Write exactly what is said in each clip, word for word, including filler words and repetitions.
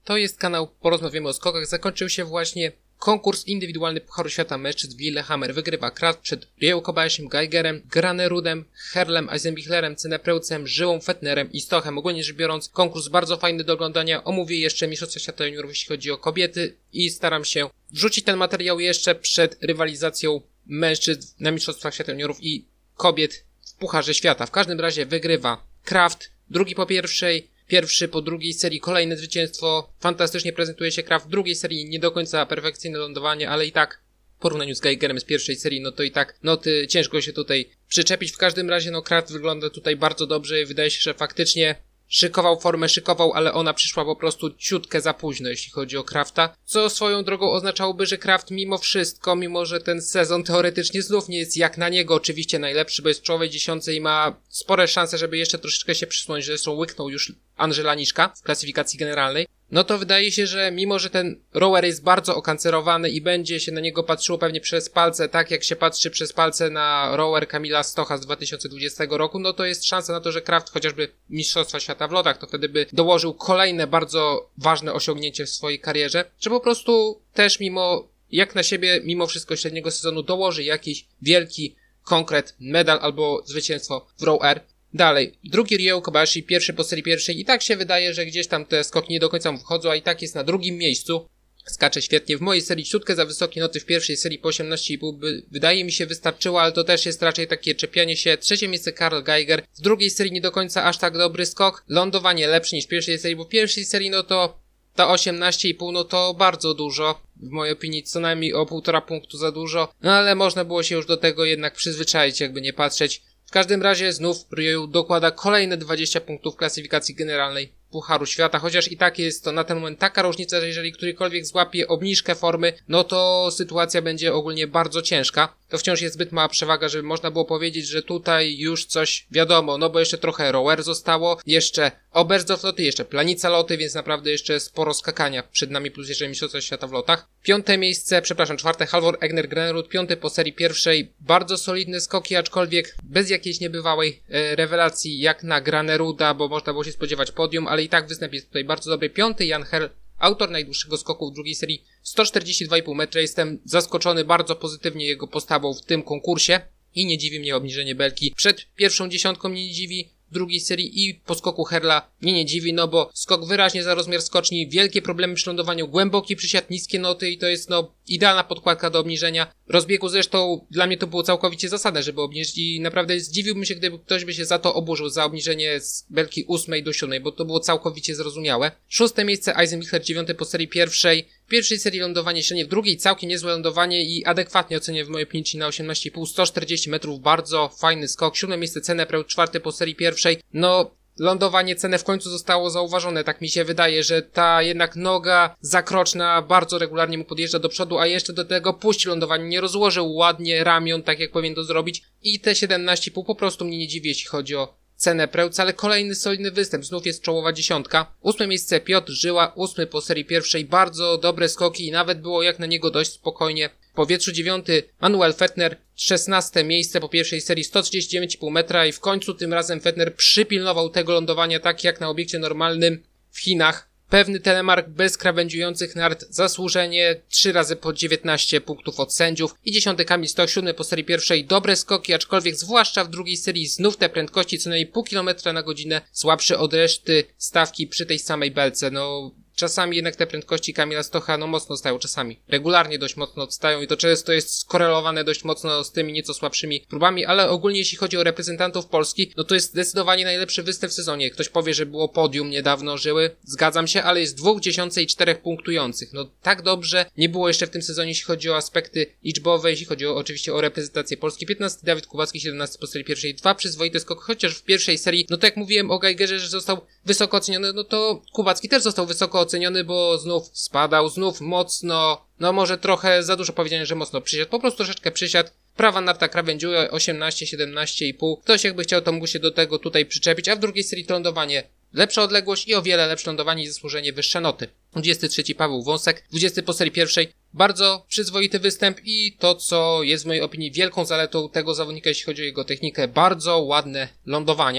To jest kanał Porozmawiamy o skokach. Zakończył się właśnie konkurs indywidualny Pucharu Świata Mężczyzn w Lillehammer. Wygrywa Kraft przed Ryo Kobayashim, Geigerem, Granerudem, Herlem, Eisenbichlerem, Cenepreucem, Żyłą, Fettnerem i Stochem. Ogólnie rzecz biorąc, konkurs bardzo fajny do oglądania. Omówię jeszcze Mistrzostwa Świata Juniorów, jeśli chodzi o kobiety i staram się wrzucić ten materiał jeszcze przed rywalizacją mężczyzn na Mistrzostwach Świata Juniorów i kobiet w Pucharze Świata. W każdym razie wygrywa Kraft, drugi po pierwszej, pierwszy po drugiej serii, kolejne zwycięstwo. Fantastycznie prezentuje się Kraft w drugiej serii, nie do końca perfekcyjne lądowanie, ale i tak w porównaniu z Geigerem z pierwszej serii, no to i tak, no ty, ciężko się tutaj przyczepić. W każdym razie, no Kraft wygląda tutaj bardzo dobrze i wydaje się, że faktycznie szykował formę, szykował, ale ona przyszła po prostu ciutkę za późno, jeśli chodzi o Krafta, co swoją drogą oznaczałoby, że Kraft mimo wszystko, mimo że ten sezon teoretycznie znów nie jest jak na niego oczywiście najlepszy, bo jest w czołowej dziesiątce i ma spore szanse, żeby jeszcze troszeczkę się przysunąć, zresztą łyknął już Andrzej Laniszka w klasyfikacji generalnej, no to wydaje się, że mimo że ten rower jest bardzo okancerowany i będzie się na niego patrzyło pewnie przez palce, tak jak się patrzy przez palce na rower Kamila Stocha z dwa tysiące dwudziestego roku, no to jest szansa na to, że Kraft chociażby Mistrzostwa Świata w lotach, to wtedy by dołożył kolejne bardzo ważne osiągnięcie w swojej karierze, że po prostu też mimo, jak na siebie, mimo wszystko średniego sezonu dołoży jakiś wielki konkret, medal albo zwycięstwo w Row R. Dalej, drugi Ryo Kobayashi, pierwszy po serii pierwszej i tak się wydaje, że gdzieś tam te skoki nie do końca mu wchodzą, a i tak jest na drugim miejscu. Skacze świetnie. W mojej serii ciutkę za wysokie noty w pierwszej serii po osiemnaście i pół by, wydaje mi się wystarczyło, ale to też jest raczej takie czepianie się. Trzecie miejsce Karl Geiger. W drugiej serii nie do końca aż tak dobry skok. Lądowanie lepsze niż w pierwszej serii, bo w pierwszej serii no to ta osiemnaście i pół no to bardzo dużo. W mojej opinii co najmniej o półtora punktu za dużo. No ale można było się już do tego jednak przyzwyczaić, jakby nie patrzeć. W każdym razie znów Ryo dokłada kolejne dwadzieścia punktów w klasyfikacji generalnej Pucharu Świata, chociaż i tak jest to na ten moment taka różnica, że jeżeli którykolwiek złapie obniżkę formy, no to sytuacja będzie ogólnie bardzo ciężka. To wciąż jest zbyt mała przewaga, żeby można było powiedzieć, że tutaj już coś wiadomo, no bo jeszcze trochę rower zostało, jeszcze oberst do floty, jeszcze planica loty, więc naprawdę jeszcze sporo skakania przed nami, plus jeszcze Mistrzostwa Świata w lotach. Piąte miejsce, przepraszam, czwarte Halvor Egner Granerud, piąty po serii pierwszej, bardzo solidne skoki, aczkolwiek bez jakiejś niebywałej e, rewelacji jak na Graneruda, bo można było się spodziewać podium, ale i tak występ jest tutaj bardzo dobry. Piąty Jan Herl, autor najdłuższego skoku w drugiej serii, sto czterdzieści dwa i pół metra. Jestem zaskoczony bardzo pozytywnie jego postawą w tym konkursie i nie dziwi mnie obniżenie belki. Przed pierwszą dziesiątką mnie nie dziwi, w drugiej serii i po skoku Herla mnie nie dziwi, no bo skok wyraźnie za rozmiar skoczni, wielkie problemy przy lądowaniu, głęboki przysiad, niskie noty i to jest no idealna podkładka do obniżenia. Rozbiegu zresztą dla mnie to było całkowicie zasadne, żeby obniżyć i naprawdę zdziwiłbym się, gdyby ktoś by się za to oburzył, za obniżenie z belki ósmej do siódmej, bo to było całkowicie zrozumiałe. Szóste miejsce Eisenbichler, dziewiąte po serii pierwszej. W pierwszej serii lądowanie średnie, w drugiej całkiem niezłe lądowanie i adekwatnie ocenię w mojej opinii na osiemnaście i pół, sto czterdzieści metrów, bardzo fajny skok. Siódme miejsce Cenepreud, czwarte po serii pierwszej. No, lądowanie Cene w końcu zostało zauważone, tak mi się wydaje, że ta jednak noga zakroczna bardzo regularnie mu podjeżdża do przodu, a jeszcze do tego puści lądowanie, nie rozłożył ładnie ramion, tak jak powinien to zrobić i te siedemnaście i pół po prostu mnie nie dziwi, jeśli chodzi o Cenepreud, ale kolejny solidny występ, znów jest czołowa dziesiątka. Ósme miejsce Piotr Żyła, ósmy po serii pierwszej, bardzo dobre skoki i nawet było jak na niego dość spokojnie. W powietrzu dziewiąty Manuel Fettner, szesnaste miejsce po pierwszej serii, sto trzydzieści dziewięć i pół metra i w końcu tym razem Fettner przypilnował tego lądowania tak jak na obiekcie normalnym w Chinach. Pewny telemark bez krawędziujących nart, zasłużenie, trzy razy po dziewiętnaście punktów od sędziów i dziesiąty Kamil Stoch, siódmy po serii pierwszej, dobre skoki, aczkolwiek zwłaszcza w drugiej serii znów te prędkości co najmniej pół kilometra na godzinę, słabsze od reszty stawki przy tej samej belce, no czasami jednak te prędkości Kamila Stocha no mocno odstają, czasami regularnie dość mocno odstają i to często jest skorelowane dość mocno z tymi nieco słabszymi próbami, ale ogólnie jeśli chodzi o reprezentantów Polski, no to jest zdecydowanie najlepszy występ w sezonie. Ktoś powie, że było podium niedawno żyły, zgadzam się, ale jest dwóch dziesiących i czterech punktujących. No tak dobrze nie było jeszcze w tym sezonie, jeśli chodzi o aspekty liczbowe, jeśli chodzi o, oczywiście o reprezentację Polski. piętnasty Dawid Kubacki, siedemnasty po serii pierwszej, dwa przyzwoite skoki, chociaż w pierwszej serii, no tak jak mówiłem o Geigerze, że został wysoko oceniony, no to Kubacki też został wysoko oceniony, bo znów spadał, znów mocno, no może trochę za dużo powiedziane, że mocno przysiadł, po prostu troszeczkę przysiadł. Prawa narta krawędziuje osiemnaście, siedemnaście i pół. Ktoś jakby chciał, to mógł się do tego tutaj przyczepić, a w drugiej serii to lądowanie lepsza odległość i o wiele lepsze lądowanie i zasłużenie wyższe noty. dwudziesty trzeci Paweł Wąsek, dwudziesty po serii pierwszej. Bardzo przyzwoity występ i to, co jest w mojej opinii wielką zaletą tego zawodnika, jeśli chodzi o jego technikę, bardzo ładne lądowania.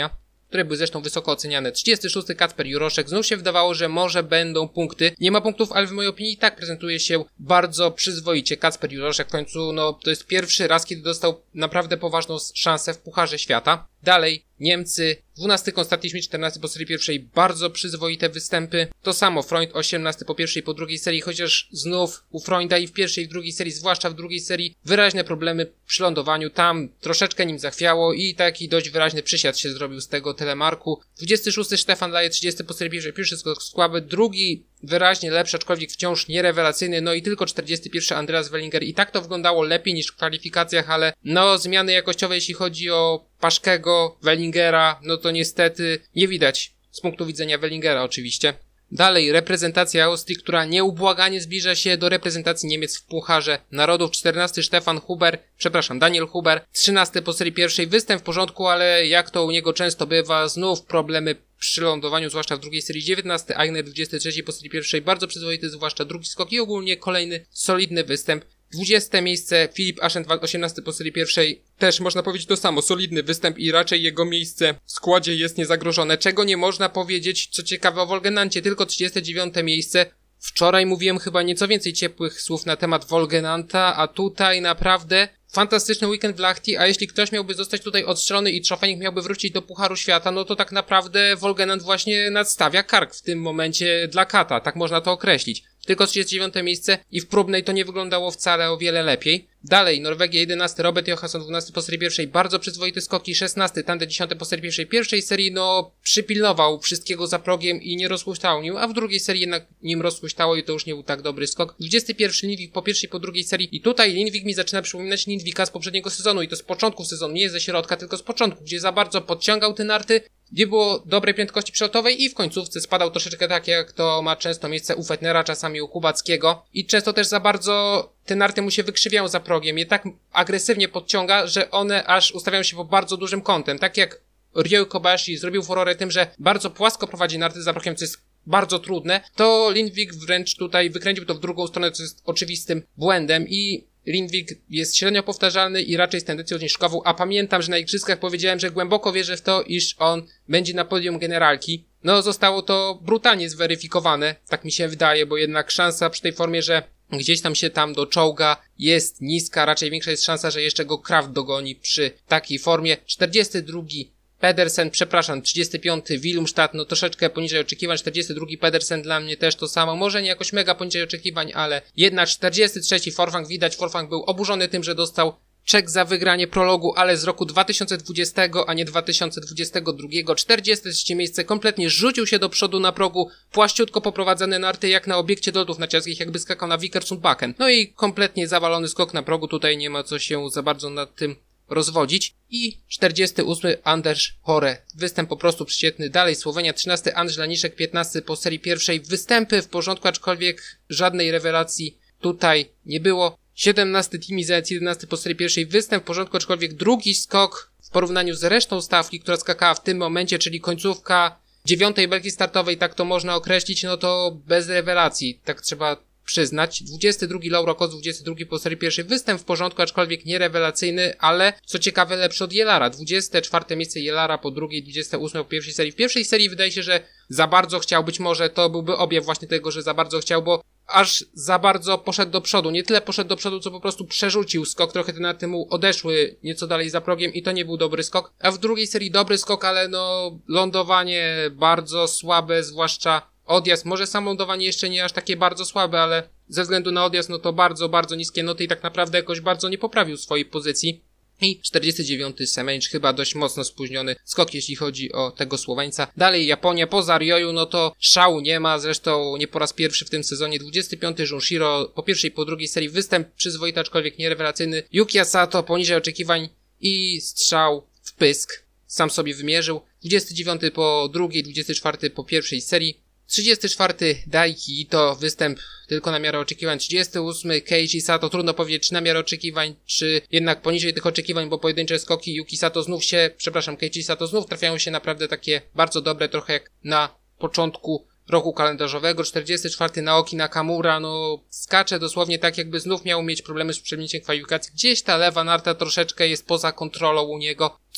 które były zresztą wysoko oceniane. trzydziesty szósty Kacper Juroszek. Znów się wydawało, że może będą punkty. Nie ma punktów, ale w mojej opinii i tak prezentuje się bardzo przyzwoicie. Kacper Juroszek w końcu, no to jest pierwszy raz, kiedy dostał naprawdę poważną szansę w Pucharze Świata. Dalej Niemcy, dwunasty Konstantin Schmidt, czternasty po serii pierwszej, bardzo przyzwoite występy. To samo Freund, osiemnasty po pierwszej i po drugiej serii, chociaż znów u Freunda i w pierwszej i w drugiej serii, zwłaszcza w drugiej serii, wyraźne problemy przy lądowaniu. Tam troszeczkę nim zachwiało i taki dość wyraźny przysiad się zrobił z tego telemarku. dwudziesty szósty Stefan Laje, trzydziesty po serii pierwszej, pierwszy skok słaby, drugi wyraźnie lepszy, aczkolwiek wciąż nierewelacyjny, no i tylko czterdziesty pierwszy Andreas Wellinger. I tak to wyglądało lepiej niż w kwalifikacjach, ale no zmiany jakościowe, jeśli chodzi o Paszkego, Wellingera, no to niestety nie widać z punktu widzenia Wellingera oczywiście. Dalej reprezentacja Austrii, która nieubłaganie zbliża się do reprezentacji Niemiec w Pucharze Narodów. czternasty Stefan Huber, przepraszam, Daniel Huber, trzynasty po serii pierwszej, występ w porządku, ale jak to u niego często bywa, znów problemy przy lądowaniu, zwłaszcza w drugiej serii. dziewiętnasty Aigner, dwudziesty trzeci po serii pierwszej, bardzo przyzwoity, zwłaszcza drugi skok i ogólnie kolejny solidny występ. dwudzieste miejsce Filip Aschenwald, osiemnasty po serii pierwszej, też można powiedzieć to samo, solidny występ i raczej jego miejsce w składzie jest niezagrożone, czego nie można powiedzieć, co ciekawe, o Wolgenancie, tylko trzydzieste dziewiąte miejsce. Wczoraj mówiłem chyba nieco więcej ciepłych słów na temat Wolgenanta, a tutaj naprawdę fantastyczny weekend w Lahti, a jeśli ktoś miałby zostać tutaj odstrzelony i Trofenik miałby wrócić do Pucharu Świata, no to tak naprawdę Wolgenant właśnie nadstawia kark w tym momencie dla Kata, tak można to określić. Tylko trzydzieste dziewiąte miejsce i w próbnej to nie wyglądało wcale o wiele lepiej. Dalej Norwegia jedenasty, Robert Johansson dwunasty po serii pierwszej, bardzo przyzwoite skoki, szesnasty Tande dziesiąty po serii pierwszej. Pierwszej serii no przypilnował wszystkiego za progiem i nie rozhuśtałnił, a w drugiej serii jednak nim rozhuśtało i to już nie był tak dobry skok. dwudziesty pierwszy Lindvik po pierwszej, po drugiej serii i tutaj Lindvik mi zaczyna przypominać Lindvika z poprzedniego sezonu i to z początku sezonu, nie ze środka, tylko z początku, gdzie za bardzo podciągał te narty, nie było dobrej prędkości przelotowej i w końcówce spadał troszeczkę tak, jak to ma często miejsce u Fetnera, czasami u Kubackiego i często też za bardzo te narty mu się wykrzywiają za progiem, je tak agresywnie podciąga, że one aż ustawiają się pod bardzo dużym kątem, tak jak Ryo Kobayashi zrobił furorę tym, że bardzo płasko prowadzi narty za progiem, co jest bardzo trudne, to Lindvik wręcz tutaj wykręcił to w drugą stronę, co jest oczywistym błędem i Lindvik jest średnio powtarzalny i raczej z tendencją zniżkową, a pamiętam, że na igrzyskach powiedziałem, że głęboko wierzę w to, iż on będzie na podium generalki. No zostało to brutalnie zweryfikowane, tak mi się wydaje, bo jednak szansa przy tej formie, że gdzieś tam się tam doczołga jest niska, raczej większa jest szansa, że jeszcze go Kraft dogoni przy takiej formie. czterdziesty drugi Pedersen, przepraszam, trzydziesty piąty Wilmstadt, no troszeczkę poniżej oczekiwań, czterdziesty drugi Pedersen dla mnie też to samo, może nie jakoś mega poniżej oczekiwań, ale jednak czterdziesty trzeci Forfang, widać, Forfang był oburzony tym, że dostał czek za wygranie prologu, ale z roku dwa tysiące dwudziestego, a nie dwa tysiące dwudziestego drugiego. czterdzieste trzecie miejsce, kompletnie rzucił się do przodu na progu, płaściutko poprowadzone narty jak na obiekcie do lotów narciarskich, jakby skakał na Vikersundbakken. No i kompletnie zawalony skok na progu, tutaj nie ma co się za bardzo nad tym rozwodzić. I czterdziesty ósmy Anders Hore. Występ po prostu przeciętny. Dalej Słowenia, trzynasty Andrzej Laniszek, piętnasty po serii pierwszej. Występy w porządku, aczkolwiek żadnej rewelacji tutaj nie było. siedemnasty Timi Zając, jedenasty po serii pierwszej. Występ w porządku, aczkolwiek drugi skok w porównaniu z resztą stawki, która skakała w tym momencie, czyli końcówka dziewiątej belki startowej, tak to można określić, no to bez rewelacji, tak trzeba przyznać. dwudziesty drugi Laura Kos, dwudziesty drugi po serii pierwszej. Występ w porządku, aczkolwiek nierewelacyjny, ale co ciekawe lepszy od Jelara. dwudzieste czwarte miejsce Jelara po drugiej, dwudzieste ósme po pierwszej serii. W pierwszej serii wydaje się, że za bardzo chciał, być może to byłby objaw właśnie tego, że za bardzo chciał, bo aż za bardzo poszedł do przodu. Nie tyle poszedł do przodu, co po prostu przerzucił skok. Trochę te narty mu odeszły nieco dalej za progiem i to nie był dobry skok. A w drugiej serii dobry skok, ale no lądowanie bardzo słabe, zwłaszcza odjazd. Może sam lądowanie jeszcze nie aż takie bardzo słabe, ale ze względu na odjazd, no to bardzo, bardzo niskie noty i tak naprawdę jakoś bardzo nie poprawił swojej pozycji. I czterdziesty dziewiąty Semenic, chyba dość mocno spóźniony skok, jeśli chodzi o tego Słoweńca. Dalej Japonia, poza Ryoju, no to szału nie ma, zresztą nie po raz pierwszy w tym sezonie. dwudziesty piąty Junshiro, po pierwszej, po drugiej serii występ przyzwoity, aczkolwiek nierewelacyjny. Yukiya Sato poniżej oczekiwań i strzał w pysk, sam sobie wymierzył. dwudziesty dziewiąty po drugiej, dwudziesty czwarty po pierwszej serii. trzydziesty czwarty Daiki, to występ tylko na miarę oczekiwań. trzydziesty ósmy Keiichi Sato, trudno powiedzieć, czy na miarę oczekiwań, czy jednak poniżej tych oczekiwań, bo pojedyncze skoki Yuki Sato znów się, przepraszam, Keiichi Sato znów trafiają się naprawdę takie bardzo dobre, trochę jak na początku roku kalendarzowego. czterdziesty czwarty Naoki Nakamura, no skacze dosłownie tak, jakby znów miał mieć problemy z przebiciem kwalifikacji. Gdzieś ta lewa narta troszeczkę jest poza kontrolą u niego,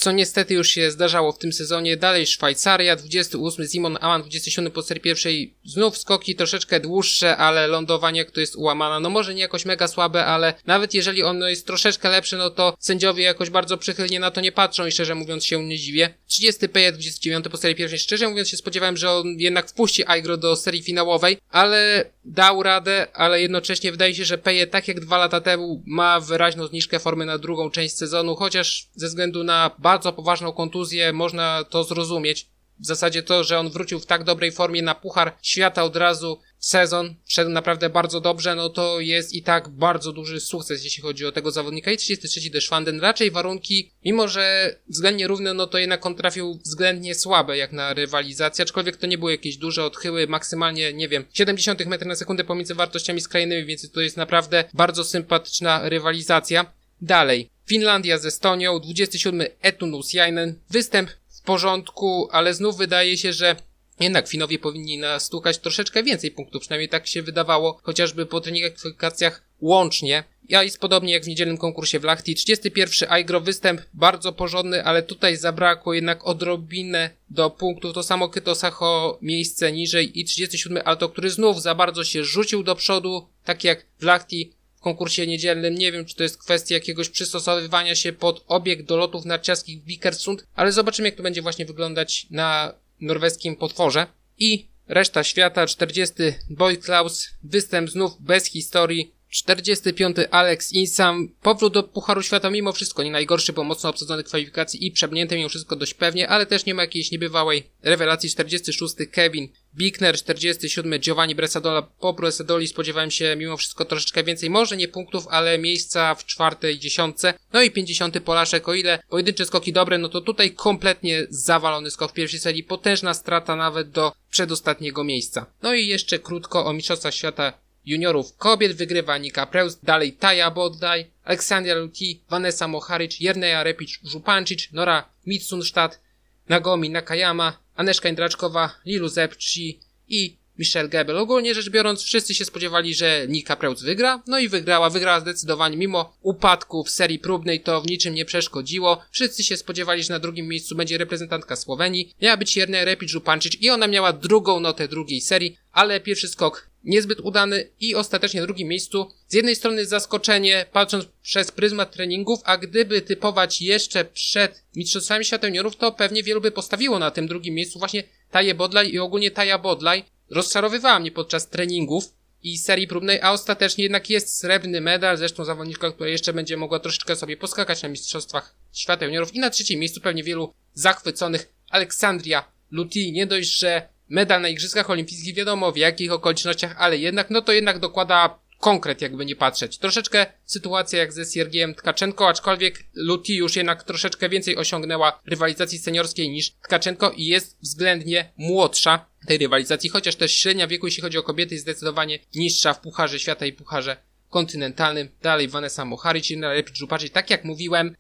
co niestety już się zdarzało w tym sezonie. Dalej Szwajcaria, dwudziesty ósmy Simon Aman, dwudziesty siódmy po serii pierwszej. Znów skoki troszeczkę dłuższe, ale lądowanie, to jest u Amana, no może nie jakoś mega słabe, ale nawet jeżeli ono jest troszeczkę lepsze, no to sędziowie jakoś bardzo przychylnie na to nie patrzą i szczerze mówiąc się nie dziwię. trzydziesty Peje, dwudziesty dziewiąty po serii pierwszej. Szczerze mówiąc się spodziewałem, że on jednak wpuści Aigro do serii finałowej, ale dał radę, ale jednocześnie wydaje się, że Peje tak jak dwa lata temu ma wyraźną zniżkę formy na drugą część sezonu, chociaż ze względu na bardzo poważną kontuzję można to zrozumieć. W zasadzie to, że on wrócił w tak dobrej formie na Puchar Świata od razu w sezon, wszedł naprawdę bardzo dobrze, no to jest i tak bardzo duży sukces, jeśli chodzi o tego zawodnika. I trzydziesty trzeci Deschwanden, raczej warunki, mimo że względnie równe, no to jednak on trafił względnie słabe jak na rywalizację, aczkolwiek to nie były jakieś duże odchyły, maksymalnie, nie wiem, siedemdziesiąt metrów na sekundę pomiędzy wartościami skrajnymi, więc to jest naprawdę bardzo sympatyczna rywalizacja. Dalej, Finlandia z Estonią, dwudziesty siódmy Eetu Nuusjainen, występ w porządku, ale znów wydaje się, że jednak Finowie powinni nastukać troszeczkę więcej punktów, przynajmniej tak się wydawało, chociażby po treningach, kwalifikacjach łącznie. Ja jest podobnie jak w niedzielnym konkursie w Lahti. trzydziesty pierwszy Aigro, występ bardzo porządny, ale tutaj zabrakło jednak odrobinę do punktów. To samo Kyto Sacho miejsce niżej i trzydziesty siódmy Alto, który znów za bardzo się rzucił do przodu, tak jak w Lahti w konkursie niedzielnym. Nie wiem, czy to jest kwestia jakiegoś przystosowywania się pod obieg do lotów narciarskich w Vikersund, ale zobaczymy, jak to będzie właśnie wyglądać na norweskim potworze. I reszta świata, czterdziesty Boyd Klaus, występ znów bez historii. czterdziesty piąty Alex Insam, powrót do Pucharu Świata mimo wszystko nie najgorszy, bo mocno obsadzony kwalifikacji i przebnięty mimo wszystko dość pewnie, ale też nie ma jakiejś niebywałej rewelacji. czterdziesty szósty Kevin Bickner, czterdziesty siódmy Giovanni Bresadola. Po Bresadoli spodziewałem się mimo wszystko troszeczkę więcej, może nie punktów, ale miejsca w czwartej dziesiątce. No i pięćdziesiąty Polaszek, o ile pojedyncze skoki dobre, no to tutaj kompletnie zawalony skok w pierwszej serii, potężna strata nawet do przedostatniego miejsca. No i jeszcze krótko o Mistrzostwach Świata Juniorów kobiet. Wygrywa Nika Preus, dalej Taja Bodaj, Aleksandra Luti, Vanessa Moharic, Jerneja Repic-Żupancic, Nora Mitsunstadt, Nagomi Nakayama, Aneszka Indraczkowa, Lilu Zepchi i Michelle Gebel. Ogólnie rzecz biorąc, wszyscy się spodziewali, że Nika Preus wygra, no i wygrała, wygrała zdecydowanie, mimo upadku w serii próbnej to w niczym nie przeszkodziło. Wszyscy się spodziewali, że na drugim miejscu będzie reprezentantka Słowenii, miała być Jerneja Repic-Żupancic i ona miała drugą notę drugiej serii, ale pierwszy skok niezbyt udany i ostatecznie na drugim miejscu. Z jednej strony zaskoczenie, patrząc przez pryzmat treningów, a gdyby typować jeszcze przed Mistrzostwami Świata Juniorów, to pewnie wielu by postawiło na tym drugim miejscu właśnie Taję Bodlaj i ogólnie Taja Bodlaj rozczarowywała mnie podczas treningów i serii próbnej, a ostatecznie jednak jest srebrny medal, zresztą zawodniczka, która jeszcze będzie mogła troszeczkę sobie poskakać na Mistrzostwach Świata Juniorów. I na trzecim miejscu pewnie wielu zachwyconych Aleksandria Luti. Nie dość, że medal na Igrzyskach Olimpijskich, wiadomo w jakich okolicznościach, ale jednak, no to jednak dokłada konkret, jakby nie patrzeć. Troszeczkę sytuacja jak ze Siergiejem Tkaczenko, aczkolwiek Luti już jednak troszeczkę więcej osiągnęła rywalizacji seniorskiej niż Tkaczenko i jest względnie młodsza tej rywalizacji, chociaż też średnia wieku, jeśli chodzi o kobiety, jest zdecydowanie niższa w Pucharze Świata i Pucharze Kontynentalnym. Dalej Vanessa Moharic, Jerneja Repic-Żupancic, tak jak mówiłem,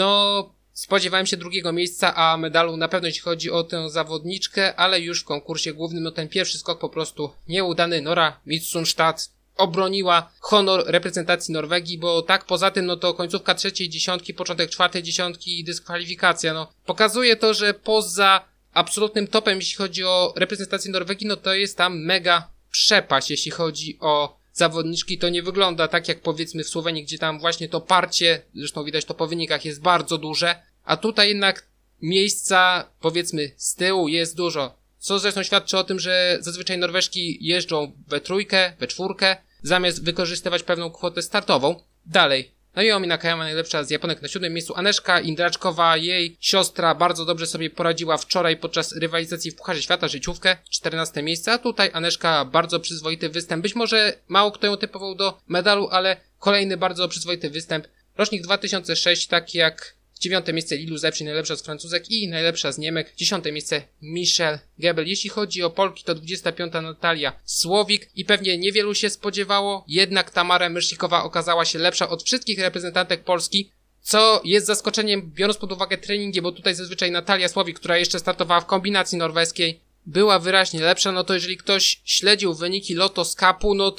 no spodziewałem się drugiego miejsca, a medalu na pewno jeśli chodzi o tę zawodniczkę, ale już w konkursie głównym, no ten pierwszy skok po prostu nieudany. Nora Mitsunstadt obroniła honor reprezentacji Norwegii, bo tak poza tym, no to końcówka trzeciej dziesiątki, początek czwartej dziesiątki i dyskwalifikacja, no pokazuje to, że poza absolutnym topem, jeśli chodzi o reprezentację Norwegii, no to jest tam mega przepaść, jeśli chodzi o zawodniczki. To nie wygląda tak jak powiedzmy w Słowenii, gdzie tam właśnie to parcie, zresztą widać to po wynikach, jest bardzo duże, a tutaj jednak miejsca powiedzmy z tyłu jest dużo, co zresztą świadczy o tym, że zazwyczaj Norweżki jeżdżą we trójkę, we czwórkę, zamiast wykorzystywać pewną kwotę startową. Dalej, Naomi Nakayama, najlepsza z Japonek, na siódmym miejscu. Aneszka Indraczkowa, jej siostra, bardzo dobrze sobie poradziła wczoraj podczas rywalizacji w Pucharze Świata, życiówkę, czternaste miejsce, a tutaj Aneszka bardzo przyzwoity występ. Być może mało kto ją typował do medalu, ale kolejny bardzo przyzwoity występ. Rocznik dwa tysiące szósty, tak jak dziewiąte miejsce Lilu Zepchi, najlepsza z Francuzek i najlepsza z Niemek. Dziesiąte miejsce Michelle Gebel. Jeśli chodzi o Polki, to dwudziesta piąta Natalia Słowik i pewnie niewielu się spodziewało, jednak Tamara Myszlikowa okazała się lepsza od wszystkich reprezentantek Polski, co jest zaskoczeniem, biorąc pod uwagę treningi, bo tutaj zazwyczaj Natalia Słowik, która jeszcze startowała w kombinacji norweskiej, była wyraźnie lepsza. No to jeżeli ktoś śledził wyniki Lotto Cupu, no to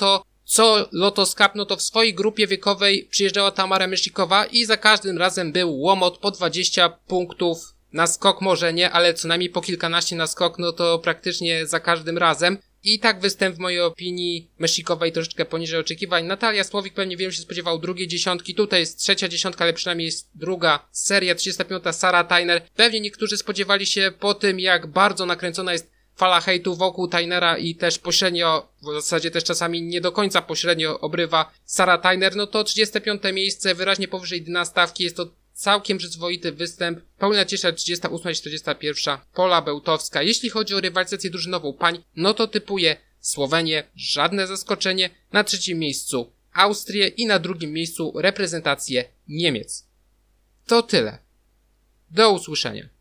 Co Lotos Cup, no to w swojej grupie wiekowej przyjeżdżała Tamara Myszikowa i za każdym razem był łomot po dwadzieścia punktów na skok, może nie, ale co najmniej po kilkanaście na skok, no to praktycznie za każdym razem. I tak występ w mojej opinii Myszikowej troszeczkę poniżej oczekiwań. Natalia Słowik pewnie wielu się spodziewał drugiej dziesiątki, tutaj jest trzecia dziesiątka, ale przynajmniej jest druga seria, trzydziesta piąta Sara Tyner. Pewnie niektórzy spodziewali się po tym, jak bardzo nakręcona jest fala hejtu wokół Tynera i też pośrednio, w zasadzie też czasami nie do końca pośrednio obrywa Sara Tyner, no to trzydzieste piąte miejsce, wyraźnie powyżej dna stawki, jest to całkiem przyzwoity występ. Paulina Ciesza trzydziesta ósma i czterdziesta pierwsza, Pola Bełtowska. Jeśli chodzi o rywalizację drużynową pań, no to typuję Słowenię, żadne zaskoczenie, na trzecim miejscu Austrię i na drugim miejscu reprezentację Niemiec. To tyle. Do usłyszenia.